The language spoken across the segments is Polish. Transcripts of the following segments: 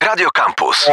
Radio Campus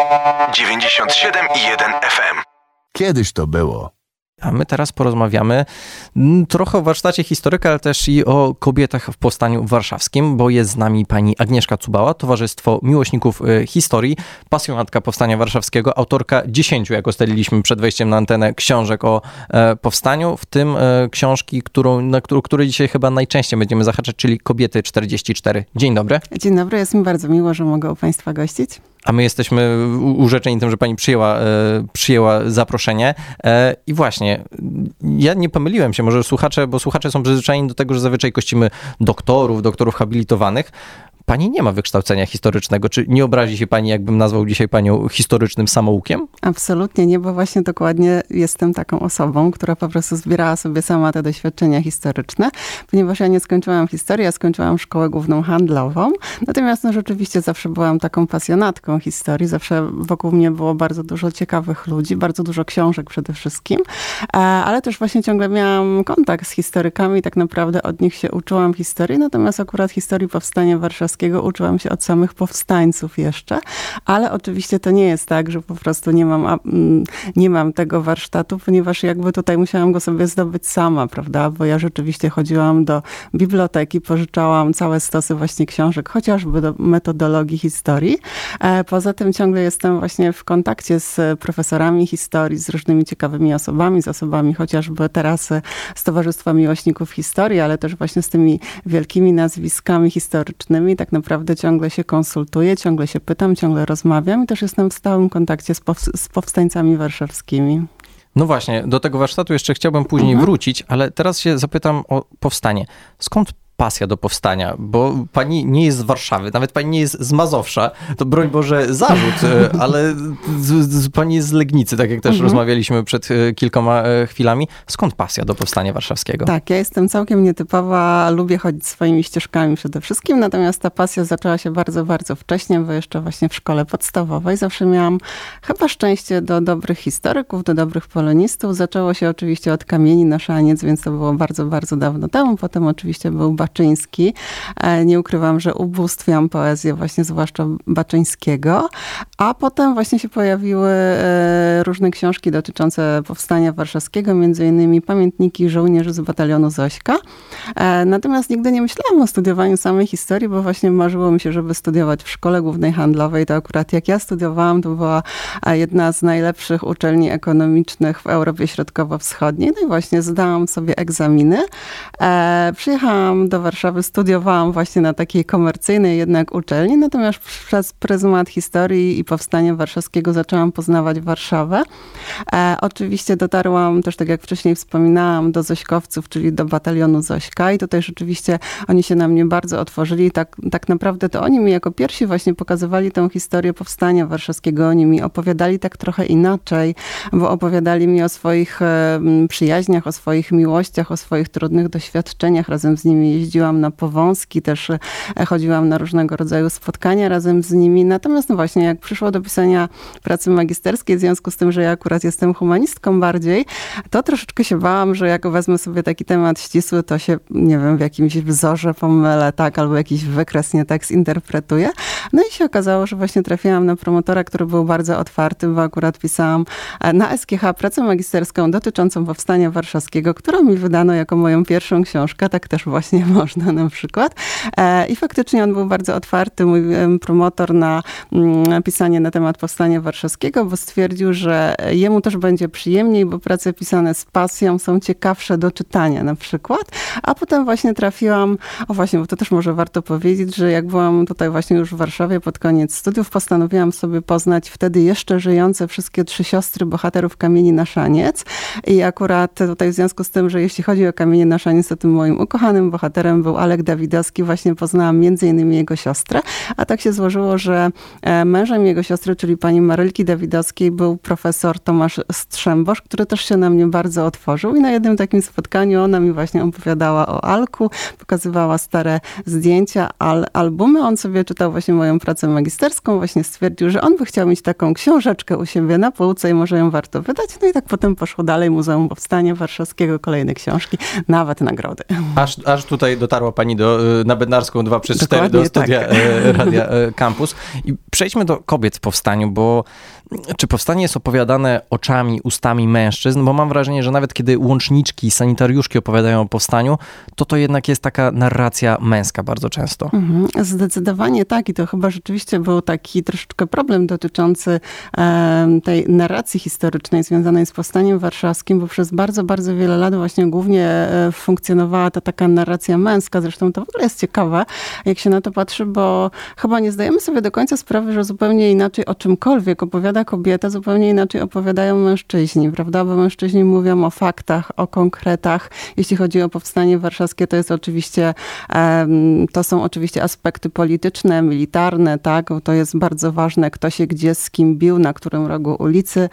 97,1 FM. Kiedyś to było. A my teraz porozmawiamy trochę o warsztacie historyka, ale też i o kobietach w Powstaniu Warszawskim, bo jest z nami pani Agnieszka Cubała, Towarzystwo Miłośników Historii, pasjonatka Powstania Warszawskiego, autorka 10, jak ustaliliśmy przed wejściem na antenę, książek o powstaniu, w tym książki, której dzisiaj chyba najczęściej będziemy zahaczać, czyli Kobiety 44. Dzień dobry. Dzień dobry, jest mi bardzo miło, że mogę u państwa gościć. A my jesteśmy urzeczeni tym, że pani przyjęła zaproszenie. I właśnie, ja nie pomyliłem się, może słuchacze są przyzwyczajeni do tego, że zazwyczaj gościmy doktorów habilitowanych. Pani nie ma wykształcenia historycznego. Czy nie obrazi się pani, jakbym nazwał dzisiaj panią historycznym samoukiem? Absolutnie nie, bo właśnie dokładnie jestem taką osobą, która po prostu zbierała sobie sama te doświadczenia historyczne, ponieważ ja nie skończyłam historii, ja skończyłam szkołę główną handlową. Natomiast rzeczywiście zawsze byłam taką pasjonatką historii. Zawsze wokół mnie było bardzo dużo ciekawych ludzi, bardzo dużo książek przede wszystkim, ale też właśnie ciągle miałam kontakt z historykami, tak naprawdę od nich się uczyłam historii, natomiast akurat historii Powstania Warszawskiego uczyłam się od samych powstańców jeszcze, ale oczywiście to nie jest tak, że po prostu nie mam tego warsztatu, ponieważ jakby tutaj musiałam go sobie zdobyć sama, prawda, bo ja rzeczywiście chodziłam do biblioteki, pożyczałam całe stosy właśnie książek, chociażby do metodologii historii. Poza tym ciągle jestem właśnie w kontakcie z profesorami historii, z różnymi ciekawymi osobami, z osobami chociażby teraz z Towarzystwa Miłośników Historii, ale też właśnie z tymi wielkimi nazwiskami historycznymi. Tak naprawdę ciągle się konsultuję, ciągle się pytam, ciągle rozmawiam i też jestem w stałym kontakcie z powstańcami warszawskimi. No właśnie, do tego warsztatu jeszcze chciałbym później wrócić, ale teraz się zapytam o powstanie. Skąd pasja do powstania? Bo pani nie jest z Warszawy, nawet pani nie jest z Mazowsza, to broń Boże zarzut, ale pani jest z Legnicy, tak jak też rozmawialiśmy przed kilkoma chwilami. Skąd pasja do Powstania Warszawskiego? Tak, ja jestem całkiem nietypowa, lubię chodzić swoimi ścieżkami przede wszystkim, natomiast ta pasja zaczęła się bardzo, bardzo wcześnie, bo jeszcze właśnie w szkole podstawowej zawsze miałam chyba szczęście do dobrych historyków, do dobrych polonistów. Zaczęło się oczywiście od Kamieni na Szaniec, więc to było bardzo, bardzo dawno temu. Potem oczywiście był Baczyński. Nie ukrywam, że ubóstwiam poezję właśnie zwłaszcza Baczyńskiego. A potem właśnie się pojawiły różne książki dotyczące Powstania Warszawskiego, między innymi Pamiętniki żołnierzy z batalionu Zośka. Natomiast nigdy nie myślałam o studiowaniu samej historii, bo właśnie marzyło mi się, żeby studiować w Szkole Głównej Handlowej. To akurat jak ja studiowałam, to była jedna z najlepszych uczelni ekonomicznych w Europie Środkowo-Wschodniej. No i właśnie zdałam sobie egzaminy. Przyjechałam do Warszawy, studiowałam właśnie na takiej komercyjnej jednak uczelni, natomiast przez pryzmat historii i Powstania Warszawskiego zaczęłam poznawać Warszawę. Oczywiście dotarłam też, tak jak wcześniej wspominałam, do zośkowców, czyli do batalionu Zośka i tutaj rzeczywiście oni się na mnie bardzo otworzyli. Tak naprawdę to oni mi jako pierwsi właśnie pokazywali tę historię Powstania Warszawskiego. Oni mi opowiadali tak trochę inaczej, bo opowiadali mi o swoich przyjaźniach, o swoich miłościach, o swoich trudnych doświadczeniach. Razem z nimi jeździłam na powązki, też chodziłam na różnego rodzaju spotkania razem z nimi. Natomiast no właśnie, jak przyszło do pisania pracy magisterskiej, w związku z tym, że ja akurat jestem humanistką bardziej, to troszeczkę się bałam, że jak wezmę sobie taki temat ścisły, to się, nie wiem, w jakimś wzorze pomylę, tak, albo jakiś wykres nie tak zinterpretuję. No i się okazało, że właśnie trafiłam na promotora, który był bardzo otwarty, bo akurat pisałam na SGH pracę magisterską dotyczącą Powstania Warszawskiego, którą mi wydano jako moją pierwszą książkę, tak też właśnie można na przykład. I faktycznie on był bardzo otwarty, mój promotor, na pisanie na temat Powstania Warszawskiego, bo stwierdził, że jemu też będzie przyjemniej, bo prace pisane z pasją są ciekawsze do czytania na przykład. A potem właśnie trafiłam, bo to też może warto powiedzieć, że jak byłam tutaj właśnie już w Warszawie pod koniec studiów, postanowiłam sobie poznać wtedy jeszcze żyjące wszystkie 3 siostry bohaterów Kamieni na Szaniec. I akurat tutaj w związku z tym, że jeśli chodzi o Kamienie na Szaniec, to tym moim ukochanym bohaterem był Alek Dawidowski. Właśnie poznałam między innymi jego siostrę. A tak się złożyło, że mężem jego siostry, czyli pani Marylki Dawidowskiej, był profesor Tomasz Strzembosz, który też się na mnie bardzo otworzył. I na jednym takim spotkaniu ona mi właśnie opowiadała o Alku, pokazywała stare zdjęcia, albumy. On sobie czytał właśnie moją pracę magisterską, właśnie stwierdził, że on by chciał mieć taką książeczkę u siebie na półce i może ją warto wydać. No i tak potem poszło dalej Muzeum Powstania Warszawskiego, kolejne książki, nawet nagrody. Aż tutaj tutaj dotarła pani na Bednarską 2/4 Dokładnie do studia tak. Radia Campus. I przejdźmy do kobiet w powstaniu, bo czy powstanie jest opowiadane oczami, ustami mężczyzn? Bo mam wrażenie, że nawet kiedy łączniczki, sanitariuszki opowiadają o powstaniu, to jednak jest taka narracja męska bardzo często. Zdecydowanie tak i to chyba rzeczywiście był taki troszeczkę problem dotyczący tej narracji historycznej związanej z powstaniem warszawskim, bo przez bardzo, bardzo wiele lat właśnie głównie funkcjonowała ta taka narracja męska. Zresztą to w ogóle jest ciekawe, jak się na to patrzy, bo chyba nie zdajemy sobie do końca sprawy, że zupełnie inaczej o czymkolwiek opowiada kobieta, zupełnie inaczej opowiadają mężczyźni, prawda? Bo mężczyźni mówią o faktach, o konkretach. Jeśli chodzi o powstanie warszawskie, to są oczywiście aspekty polityczne, militarne, tak? To jest bardzo ważne, kto się gdzie z kim bił, na którym rogu ulicy,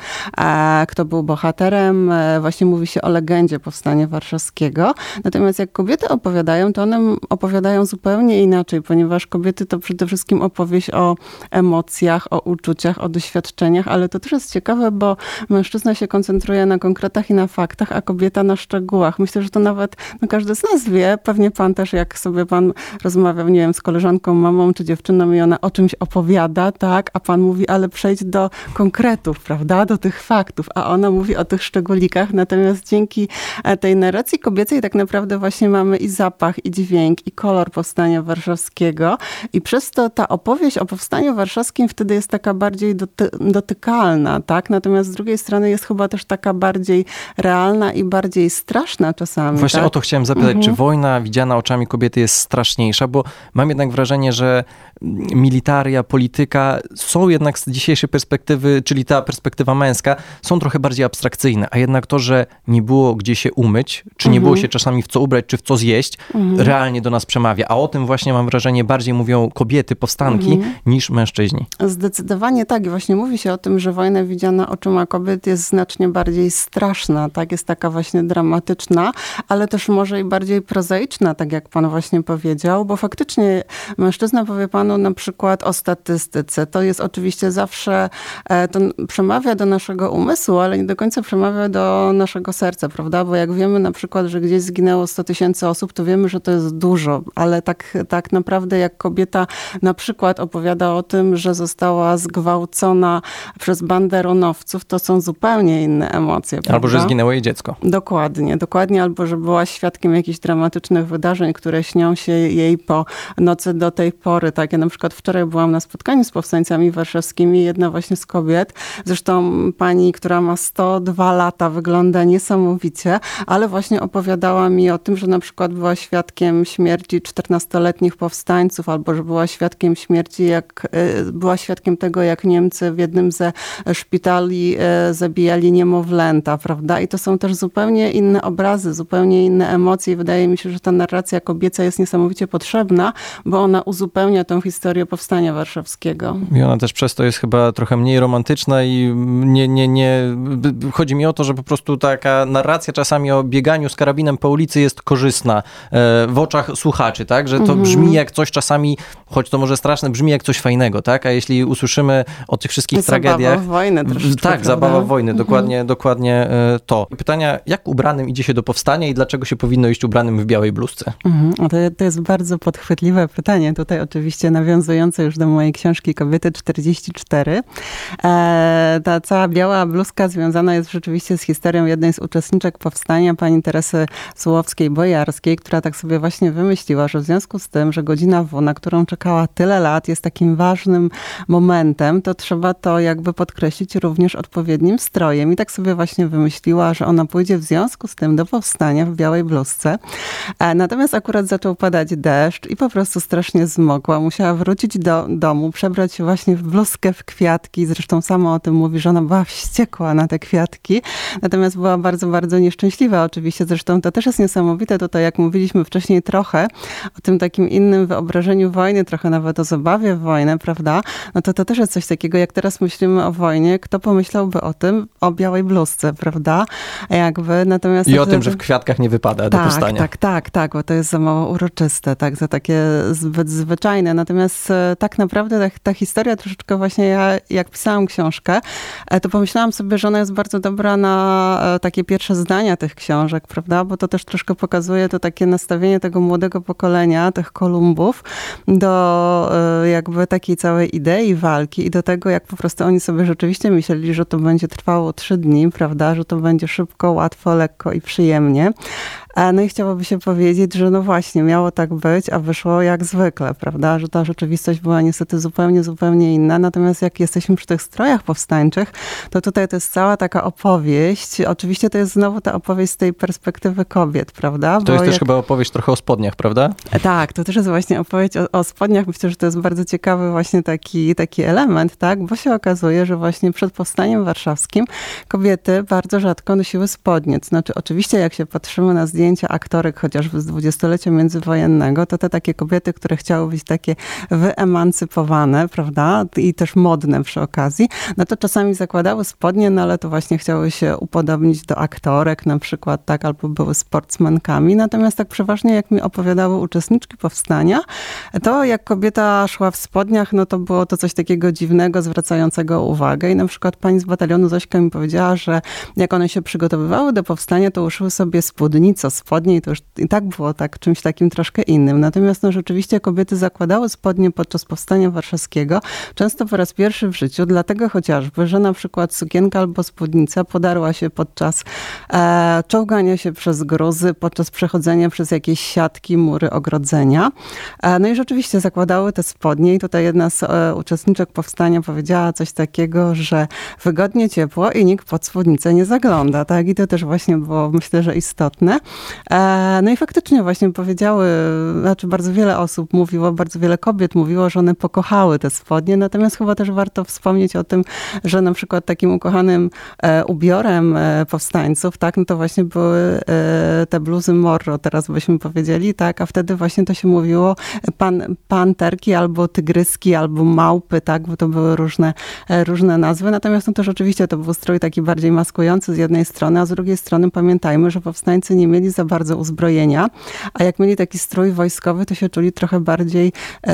kto był bohaterem. Właśnie mówi się o legendzie powstania warszawskiego. Natomiast jak kobiety opowiadają, to one opowiadają zupełnie inaczej, ponieważ kobiety to przede wszystkim opowieść o emocjach, o uczuciach, o doświadczeniach, ale to też jest ciekawe, bo mężczyzna się koncentruje na konkretach i na faktach, a kobieta na szczegółach. Myślę, że to nawet każdy z nas wie, pewnie pan też, jak sobie pan rozmawiał, nie wiem, z koleżanką, mamą czy dziewczyną i ona o czymś opowiada, tak, a pan mówi, ale przejdź do konkretów, prawda, do tych faktów, a ona mówi o tych szczególikach, natomiast dzięki tej narracji kobiecej tak naprawdę właśnie mamy i zapach, i dźwięk, i kolor powstania warszawskiego i przez to ta opowieść o powstaniu warszawskim wtedy jest taka bardziej dotykalna, tak, natomiast z drugiej strony jest chyba też taka bardziej realna i bardziej straszna czasami. Właśnie tak? o to chciałem zapytać, czy wojna widziana oczami kobiety jest straszniejsza, bo mam jednak wrażenie, że militaria, polityka są jednak z dzisiejszej perspektywy, czyli ta perspektywa męska, są trochę bardziej abstrakcyjne, a jednak to, że nie było gdzie się umyć, czy nie było się czasami w co ubrać, czy w co zjeść, realnie do nas przemawia. A o tym właśnie mam wrażenie bardziej mówią kobiety, powstanki, niż mężczyźni. Zdecydowanie tak. I właśnie mówi się o tym, że wojna widziana oczyma kobiet jest znacznie bardziej straszna, tak? Jest taka właśnie dramatyczna, ale też może i bardziej prozaiczna, tak jak pan właśnie powiedział, bo faktycznie mężczyzna powie panu na przykład o statystyce. To jest oczywiście zawsze, to przemawia do naszego umysłu, ale nie do końca przemawia do naszego serca, prawda? Bo jak wiemy na przykład, że gdzieś zginęło 100 000 osób, to wiemy, że to jest dużo, ale tak naprawdę jak kobieta na przykład opowiada o tym, że została zgwałcona przez banderonowców, to są zupełnie inne emocje, prawda? Albo, że zginęło jej dziecko. Dokładnie, albo, że była świadkiem jakichś dramatycznych wydarzeń, które śnią się jej po nocy do tej pory, tak? Ja na przykład wczoraj byłam na spotkaniu z powstańcami warszawskimi, jedna właśnie z kobiet, zresztą pani, która ma 102 lata, wygląda niesamowicie, ale właśnie opowiadała mi o tym, że na przykład była świadkiem śmierci 14-letnich powstańców, albo że była świadkiem śmierci, była świadkiem tego, jak Niemcy w jednym ze szpitali zabijali niemowlęta, prawda? I to są też zupełnie inne obrazy, zupełnie inne emocje. Wydaje mi się, że ta narracja kobieca jest niesamowicie potrzebna, bo ona uzupełnia tą historię powstania warszawskiego. I ona też przez to jest chyba trochę mniej romantyczna i nie chodzi mi o to, że po prostu taka narracja czasami o bieganiu z karabinem po ulicy jest korzystna w oczach słuchaczy, tak? Że to brzmi jak coś czasami, choć to może straszne, brzmi jak coś fajnego, tak? A jeśli usłyszymy o tych wszystkich tragediach... Zabawa wojny troszeczkę. Tak, zabawa wojny, dokładnie to. Pytania, jak ubranym idzie się do powstania i dlaczego się powinno iść ubranym w białej bluzce? To jest bardzo podchwytliwe pytanie. Tutaj oczywiście nawiązujące już do mojej książki Kobiety 44. Ta cała biała bluzka związana jest rzeczywiście z historią jednej z uczestniczek powstania, pani Teresy Sułowskiej-Bojarskiej, która tak sobie właśnie wymyśliła, że w związku z tym, że godzina W, na którą czekała tyle lat, jest takim ważnym momentem, to trzeba to jakby podkreślić również odpowiednim strojem. I tak sobie właśnie wymyśliła, że ona pójdzie w związku z tym do powstania w białej bluzce. Natomiast akurat zaczął padać deszcz i po prostu strasznie zmokła. Musiała wrócić do domu, przebrać się właśnie w bluzkę w kwiatki. Zresztą sama o tym mówi, że ona była wściekła na te kwiatki. Natomiast była bardzo, bardzo nieszczęśliwa oczywiście. Zresztą to też jest niesamowite tutaj, jak mówiliśmy wcześniej trochę o tym takim innym wyobrażeniu wojny, trochę nawet o zabawie w wojnę, prawda? No to też jest coś takiego, jak teraz myślimy o wojnie, kto pomyślałby o tym, o białej bluzce, prawda? Natomiast i o tym, że w kwiatkach nie wypada do powstania. Tak, bo to jest za mało uroczyste, tak, za takie zbyt zwyczajne. Natomiast tak naprawdę ta historia troszeczkę właśnie, ja jak pisałam książkę, to pomyślałam sobie, że ona jest bardzo dobra na takie pierwsze zdania tych książek, prawda? Bo to też troszkę pokazuje to takie nastawienie tego młodego pokolenia, tych Kolumbów, do jakby takiej całej idei walki i do tego, jak po prostu oni sobie rzeczywiście myśleli, że to będzie trwało 3 dni, prawda, że to będzie szybko, łatwo, lekko i przyjemnie. No i chciałoby się powiedzieć, że no właśnie, miało tak być, a wyszło jak zwykle, prawda, że ta rzeczywistość była niestety zupełnie inna. Natomiast jak jesteśmy przy tych strojach powstańczych, to tutaj to jest cała taka opowieść. Oczywiście to jest znowu ta opowieść z tej perspektywy kobiet, prawda? To jest też chyba opowieść trochę o spodniach, prawda? Tak, to też jest właśnie opowieść o spodniach. Myślę, że to jest bardzo ciekawy właśnie taki element, tak? Bo się okazuje, że właśnie przed powstaniem warszawskim kobiety bardzo rzadko nosiły spodnie. To znaczy oczywiście jak się patrzymy na zdjęcia aktorek chociażby z dwudziestolecia międzywojennego, to te takie kobiety, które chciały być takie wyemancypowane, prawda, i też modne przy okazji, no to czasami zakładały spodnie, no ale to właśnie chciały się upodobnić do aktorek na przykład, tak, albo były sportsmenkami. Natomiast tak przeważnie, jak mi opowiadały uczestniczki powstania, to jak kobieta szła w spodniach, no to było to coś takiego dziwnego, zwracającego uwagę. I na przykład pani z batalionu Zośka mi powiedziała, że jak one się przygotowywały do powstania, to uszyły sobie spódnicę, spodnie i to już i tak było tak czymś takim troszkę innym. Natomiast no, rzeczywiście kobiety zakładały spodnie podczas powstania warszawskiego, często po raz pierwszy w życiu, dlatego chociażby, że na przykład sukienka albo spódnica podarła się podczas czołgania się przez gruzy, podczas przechodzenia przez jakieś siatki, mury, ogrodzenia. No i rzeczywiście zakładały te spodnie i tutaj jedna z uczestniczek powstania powiedziała coś takiego, że wygodnie, ciepło i nikt pod spódnicę nie zagląda, tak? I to też właśnie było, myślę, że istotne. No i faktycznie właśnie powiedziały, znaczy bardzo wiele osób mówiło, bardzo wiele kobiet mówiło, że one pokochały te spodnie, natomiast chyba też warto wspomnieć o tym, że na przykład takim ukochanym ubiorem powstańców, tak, no to właśnie były te bluzy Morro, teraz byśmy powiedzieli, tak, a wtedy właśnie to się mówiło panterki albo tygryski, albo małpy, tak, bo to były różne nazwy, natomiast no to rzeczywiście to był strój taki bardziej maskujący z jednej strony, a z drugiej strony pamiętajmy, że powstańcy nie mieli za bardzo uzbrojenia, a jak mieli taki strój wojskowy, to się czuli trochę bardziej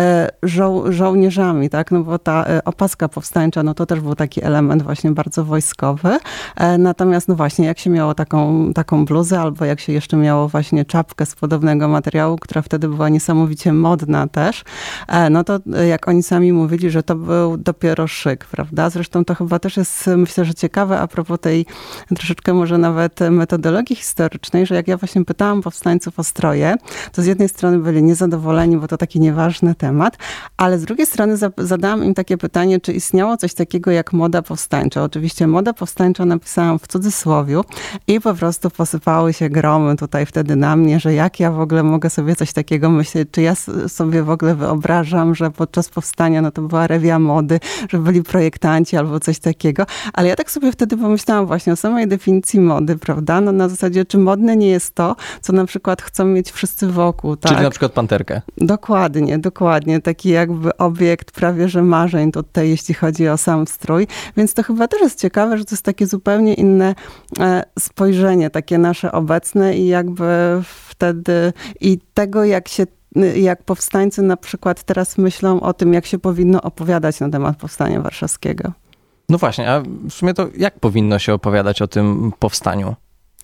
żołnierzami, tak, no bo ta opaska powstańcza, no to też był taki element właśnie bardzo wojskowy, natomiast no właśnie, jak się miało taką bluzę, albo jak się jeszcze miało właśnie czapkę z podobnego materiału, która wtedy była niesamowicie modna też, no to jak oni sami mówili, że to był dopiero szyk, prawda? Zresztą to chyba też jest, myślę, że ciekawe a propos tej troszeczkę może nawet metodologii historycznej, że jak ja właśnie pytałam powstańców o stroje, to z jednej strony byli niezadowoleni, bo to taki nieważny temat, ale z drugiej strony zadałam im takie pytanie, czy istniało coś takiego jak moda powstańcza. Oczywiście moda powstańcza napisałam w cudzysłowiu i po prostu posypały się gromy tutaj wtedy na mnie, że jak ja w ogóle mogę sobie coś takiego myśleć, czy ja sobie w ogóle wyobrażam, że podczas powstania no to była rewia mody, że byli projektanci albo coś takiego, ale ja tak sobie wtedy pomyślałam właśnie o samej definicji mody, prawda? No na zasadzie, czy modne nie jest to, co na przykład chcą mieć wszyscy wokół, tak? Czyli na przykład panterkę. Dokładnie. Taki jakby obiekt prawie że marzeń tutaj, jeśli chodzi o sam strój. Więc to chyba też jest ciekawe, że to jest takie zupełnie inne spojrzenie, takie nasze obecne i jakby wtedy i tego, jak powstańcy na przykład teraz myślą o tym, jak się powinno opowiadać na temat powstania warszawskiego. No właśnie, a w sumie to jak powinno się opowiadać o tym powstaniu?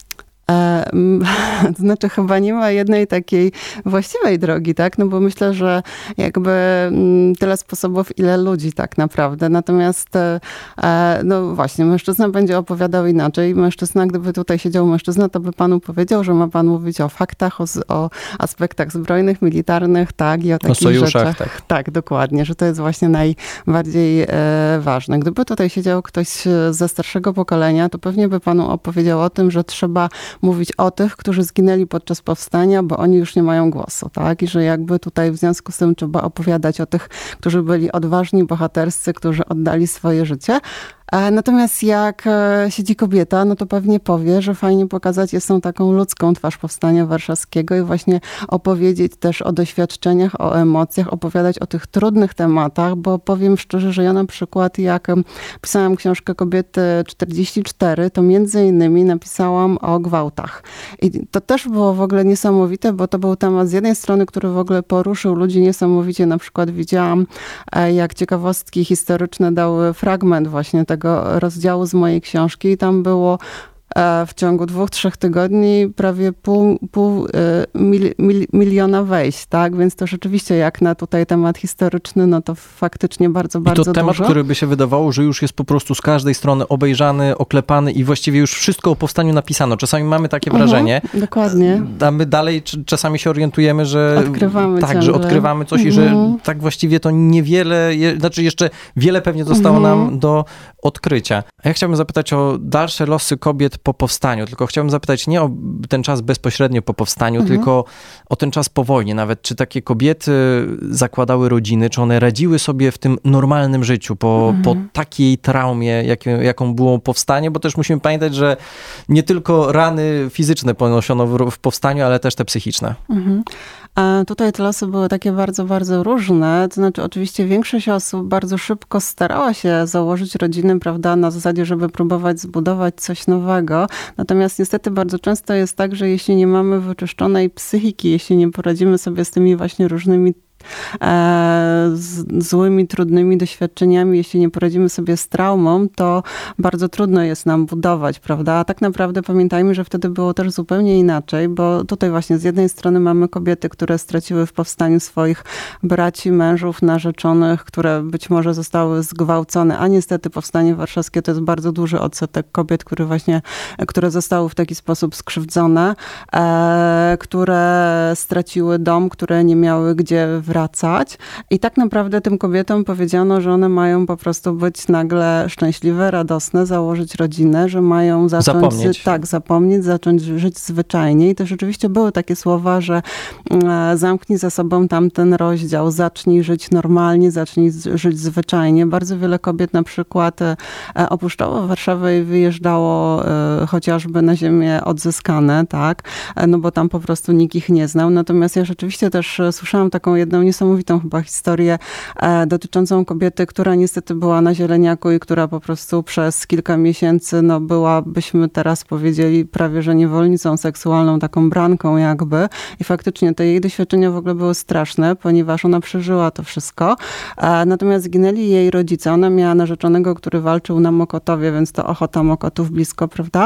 To znaczy chyba nie ma jednej takiej właściwej drogi, tak? No bo myślę, że jakby tyle sposobów, ile ludzi tak naprawdę. Natomiast no właśnie, mężczyzna będzie opowiadał inaczej. Mężczyzna, gdyby tutaj siedział mężczyzna, to by panu powiedział, że ma pan mówić o faktach, o aspektach zbrojnych, militarnych, tak? I o takich sojuszach, rzeczach. Tak, dokładnie, że to jest właśnie najbardziej ważne. Gdyby tutaj siedział ktoś ze starszego pokolenia, to pewnie by panu opowiedział o tym, że trzeba mówić o tych, którzy zginęli podczas powstania, bo oni już nie mają głosu, tak? I że jakby tutaj w związku z tym trzeba opowiadać o tych, którzy byli odważni, bohaterscy, którzy oddali swoje życie. Natomiast jak siedzi kobieta, no to pewnie powie, że fajnie pokazać jest tą taką ludzką twarz powstania warszawskiego i właśnie opowiedzieć też o doświadczeniach, o emocjach, opowiadać o tych trudnych tematach, bo powiem szczerze, że ja na przykład jak pisałam książkę Kobiety 44, to między innymi napisałam o gwałtach. I to też było w ogóle niesamowite, bo to był temat z jednej strony, który w ogóle poruszył ludzi niesamowicie. Na przykład widziałam, jak ciekawostki historyczne dały fragment właśnie tego rozdziału z mojej książki i tam było w ciągu 2-3 tygodni prawie pół miliona wejść, tak? Więc to rzeczywiście jak na tutaj temat historyczny, no to faktycznie bardzo I to dużo. temat, który by się wydawało, że już jest po prostu z każdej strony obejrzany, oklepany i właściwie już wszystko o powstaniu napisano. Czasami mamy takie wrażenie. Dokładnie. A my dalej czasami się orientujemy, że Że odkrywamy coś i że tak właściwie to niewiele, znaczy jeszcze wiele pewnie zostało nam do odkrycia. A ja chciałbym zapytać o dalsze losy kobiet po powstaniu, tylko chciałbym zapytać nie o ten czas bezpośrednio po powstaniu, tylko o ten czas po wojnie nawet. Czy takie kobiety zakładały rodziny, czy one radziły sobie w tym normalnym życiu po takiej traumie, jaką było powstanie, bo też musimy pamiętać, że nie tylko rany fizyczne ponosiono w powstaniu, ale też te psychiczne. A tutaj te losy były takie bardzo, bardzo różne. To znaczy oczywiście większość osób bardzo szybko starała się założyć rodzinę, prawda, na zasadzie, żeby próbować zbudować coś nowego. Natomiast niestety bardzo często jest tak, że jeśli nie mamy wyczyszczonej psychiki, jeśli nie poradzimy sobie z tymi właśnie różnymi złymi, trudnymi doświadczeniami, jeśli nie poradzimy sobie z traumą, to bardzo trudno jest nam budować, prawda? A tak naprawdę pamiętajmy, że wtedy było też zupełnie inaczej, bo tutaj właśnie z jednej strony mamy kobiety, które straciły w powstaniu swoich braci, mężów, narzeczonych, które być może zostały zgwałcone, a niestety powstanie warszawskie to jest bardzo duży odsetek kobiet, które zostały w taki sposób skrzywdzone, które straciły dom, które nie miały gdzie wracać. I tak naprawdę tym kobietom powiedziano, że one mają po prostu być nagle szczęśliwe, radosne, założyć rodzinę, że mają zapomnieć, zacząć żyć zwyczajnie. I to rzeczywiście były takie słowa, że zamknij za sobą tamten rozdział, zacznij żyć normalnie, zacznij żyć zwyczajnie. Bardzo wiele kobiet na przykład opuszczało Warszawę i wyjeżdżało chociażby na ziemię odzyskane, tak? No bo tam po prostu nikt ich nie znał. Natomiast ja rzeczywiście też słyszałam taką jedną niesamowitą chyba historię dotyczącą kobiety, która niestety była na zieleniaku i która po prostu przez kilka miesięcy była, byśmy teraz powiedzieli, prawie że niewolnicą seksualną, taką branką jakby. I faktycznie te jej doświadczenia w ogóle były straszne, ponieważ ona przeżyła to wszystko. Natomiast zginęli jej rodzice. Ona miała narzeczonego, który walczył na Mokotowie, więc to Ochota Mokotów blisko, prawda?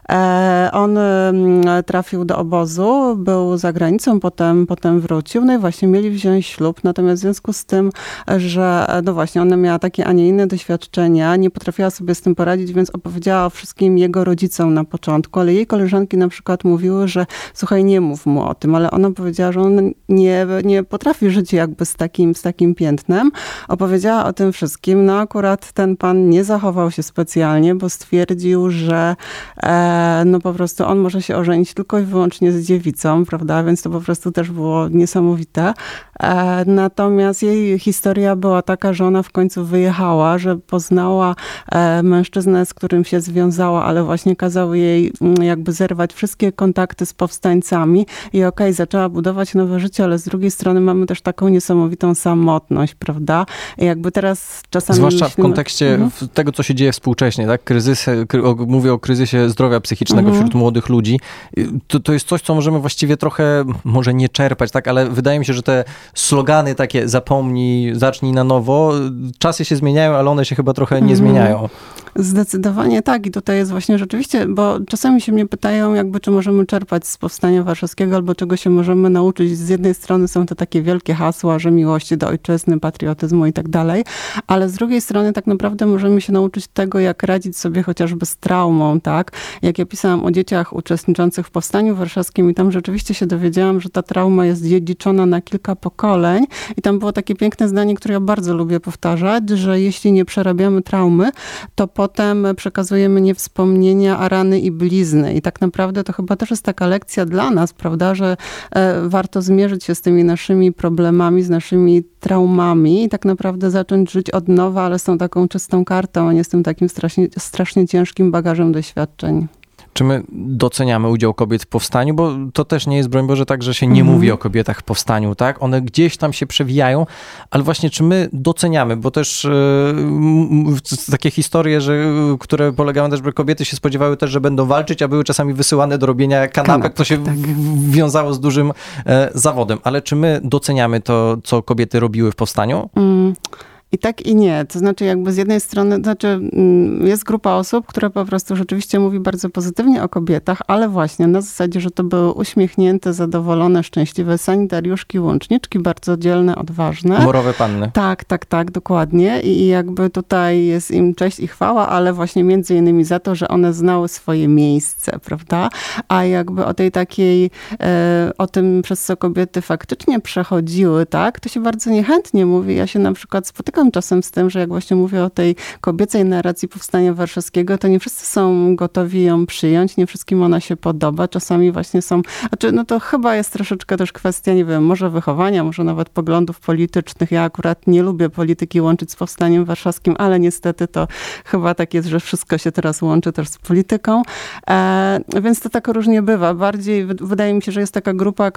On trafił do obozu, był za granicą, potem wrócił. No i właśnie mieli wziąć ślub. Natomiast w związku z tym, że no właśnie ona miała takie, a nie inne doświadczenia, nie potrafiła sobie z tym poradzić, więc opowiedziała o wszystkim jego rodzicom na początku, ale jej koleżanki na przykład mówiły, że słuchaj, nie mów mu o tym, ale ona powiedziała, że on nie potrafi żyć jakby z takim piętnem. Opowiedziała o tym wszystkim. No akurat ten pan nie zachował się specjalnie, bo stwierdził, że no po prostu on może się ożenić tylko i wyłącznie z dziewicą, prawda? Więc to po prostu też było niesamowite. Natomiast jej historia była taka, że ona w końcu wyjechała, że poznała mężczyznę, z którym się związała, ale właśnie kazał jej jakby zerwać wszystkie kontakty z powstańcami i zaczęła budować nowe życie, ale z drugiej strony mamy też taką niesamowitą samotność, prawda? I jakby teraz czasami zwłaszcza w kontekście tego, co się dzieje współcześnie, tak? Mówię o kryzysie zdrowia psychicznego wśród młodych ludzi. To jest coś, co możemy właściwie trochę, może nie czerpać, tak? Ale wydaje mi się, że te slogany takie zapomnij, zacznij na nowo, czasy się zmieniają, ale one się chyba trochę nie zmieniają. Zdecydowanie tak i tutaj jest właśnie rzeczywiście, bo czasami się mnie pytają jakby, czy możemy czerpać z Powstania Warszawskiego albo czego się możemy nauczyć. Z jednej strony są to takie wielkie hasła, że miłości do ojczyzny, patriotyzmu i tak dalej, ale z drugiej strony tak naprawdę możemy się nauczyć tego, jak radzić sobie chociażby z traumą, tak? Jak ja pisałam o dzieciach uczestniczących w Powstaniu Warszawskim i tam rzeczywiście się dowiedziałam, że ta trauma jest dziedziczona na kilka pokoleń i tam było takie piękne zdanie, które ja bardzo lubię powtarzać, że jeśli nie przerabiamy traumy, to potem przekazujemy nie wspomnienia, a rany i blizny. I tak naprawdę to chyba też jest taka lekcja dla nas, prawda, że warto zmierzyć się z tymi naszymi problemami, z naszymi traumami i tak naprawdę zacząć żyć od nowa, ale z tą taką czystą kartą, a nie z tym takim strasznie ciężkim bagażem doświadczeń. Czy my doceniamy udział kobiet w powstaniu? Bo to też nie jest, broń Boże, tak, że się nie mówi o kobietach w powstaniu, tak? One gdzieś tam się przewijają, ale właśnie czy my doceniamy? Bo też takie historie, które polegają też, że kobiety się spodziewały też, że będą walczyć, a były czasami wysyłane do robienia kanapek. To się wiązało z dużym zawodem. Ale czy my doceniamy to, co kobiety robiły w powstaniu? I tak i nie. To znaczy jakby z jednej strony, jest grupa osób, która po prostu rzeczywiście mówi bardzo pozytywnie o kobietach, ale właśnie na zasadzie, że to były uśmiechnięte, zadowolone, szczęśliwe sanitariuszki, łączniczki, bardzo dzielne, odważne. Morowe panny. Tak, dokładnie. I jakby tutaj jest im cześć i chwała, ale właśnie między innymi za to, że one znały swoje miejsce, prawda? A jakby o tej takiej, o tym, przez co kobiety faktycznie przechodziły, tak, to się bardzo niechętnie mówi. Ja się na przykład spotykam czasem z tym, że jak właśnie mówię o tej kobiecej narracji Powstania Warszawskiego, to nie wszyscy są gotowi ją przyjąć, nie wszystkim ona się podoba. Czasami właśnie są, no to chyba jest troszeczkę też kwestia, nie wiem, może wychowania, może nawet poglądów politycznych. Ja akurat nie lubię polityki łączyć z Powstaniem Warszawskim, ale niestety to chyba tak jest, że wszystko się teraz łączy też z polityką. Więc to tak różnie bywa. Bardziej, wydaje mi się, że jest taka grupa,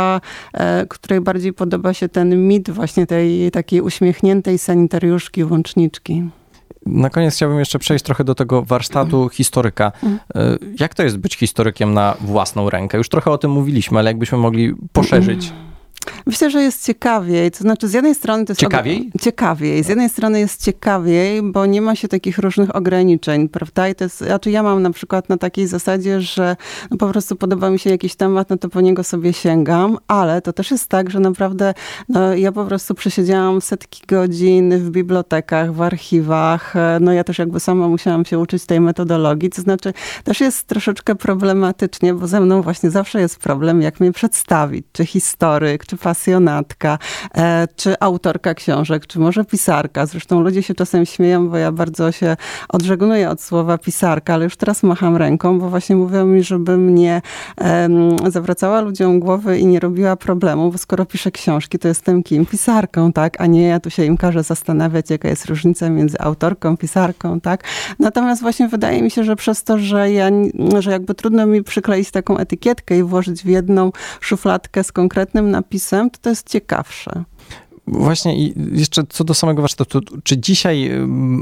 której bardziej podoba się ten mit właśnie tej takiej uśmiechniętej sanitariuszki, łączniczki. Na koniec chciałbym jeszcze przejść trochę do tego warsztatu historyka. Jak to jest być historykiem na własną rękę? Już trochę o tym mówiliśmy, ale jakbyśmy mogli poszerzyć. Myślę, że jest ciekawiej. To znaczy z jednej strony to jest... Ciekawiej? Ciekawiej. Z jednej strony jest ciekawiej, bo nie ma się takich różnych ograniczeń, prawda? I to jest, ja mam na przykład na takiej zasadzie, że no po prostu podoba mi się jakiś temat, no to po niego sobie sięgam, ale to też jest tak, że naprawdę no, ja po prostu przesiedziałam setki godzin w bibliotekach, w archiwach. No ja też jakby sama musiałam się uczyć tej metodologii. To znaczy też jest troszeczkę problematycznie, bo ze mną właśnie zawsze jest problem, jak mnie przedstawić, czy historyk, czy pasjonatka, czy autorka książek, czy może pisarka. Zresztą ludzie się czasem śmieją, bo ja bardzo się odżegnuję od słowa pisarka, ale już teraz macham ręką, bo właśnie mówią mi, żebym nie zawracała ludziom głowy i nie robiła problemu, bo skoro piszę książki, to jestem kim? Pisarką, tak? A nie ja tu się im każę zastanawiać, jaka jest różnica między autorką, pisarką, tak? Natomiast właśnie wydaje mi się, że przez to, że że jakby trudno mi przykleić taką etykietkę i włożyć w jedną szufladkę z konkretnym napisem, to jest ciekawsze. Właśnie i jeszcze co do samego warsztatu, czy dzisiaj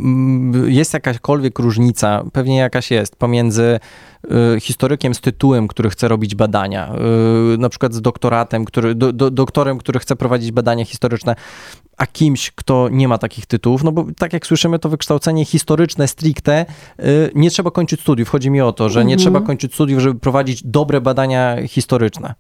jest jakakolwiek różnica, pewnie jakaś jest, pomiędzy historykiem z tytułem, który chce robić badania, na przykład z doktoratem, doktorem, który chce prowadzić badania historyczne, a kimś, kto nie ma takich tytułów, no bo tak jak słyszymy, to wykształcenie historyczne stricte, nie trzeba kończyć studiów. Chodzi mi o to, że nie trzeba kończyć studiów, żeby prowadzić dobre badania historyczne.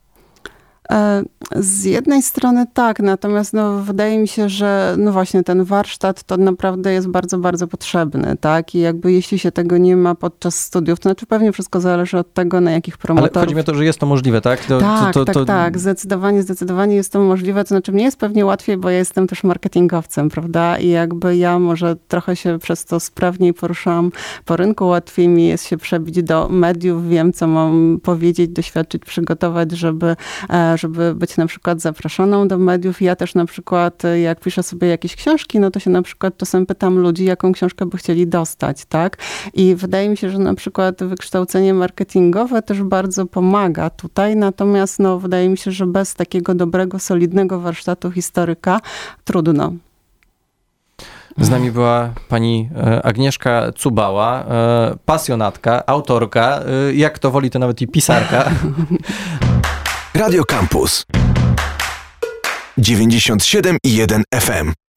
Z jednej strony tak, natomiast no, wydaje mi się, że no właśnie ten warsztat to naprawdę jest bardzo, bardzo potrzebny, tak? I jakby jeśli się tego nie ma podczas studiów, to znaczy pewnie wszystko zależy od tego, na jakich promotorów... Ale chodzi mi o to, że jest to możliwe, tak? Tak, zdecydowanie jest to możliwe. To znaczy mnie jest pewnie łatwiej, bo ja jestem też marketingowcem, prawda? I jakby ja może trochę się przez to sprawniej poruszam po rynku, łatwiej mi jest się przebić do mediów, wiem, co mam powiedzieć, doświadczyć, przygotować, żeby być na przykład zapraszoną do mediów. Ja też na przykład, jak piszę sobie jakieś książki, no to się na przykład czasem pytam ludzi, jaką książkę by chcieli dostać, tak? I wydaje mi się, że na przykład wykształcenie marketingowe też bardzo pomaga tutaj, natomiast no, wydaje mi się, że bez takiego dobrego, solidnego warsztatu historyka trudno. Z nami była pani Agnieszka Cubała, pasjonatka, autorka, jak to woli, to nawet i pisarka. Radio Campus 97,1 FM.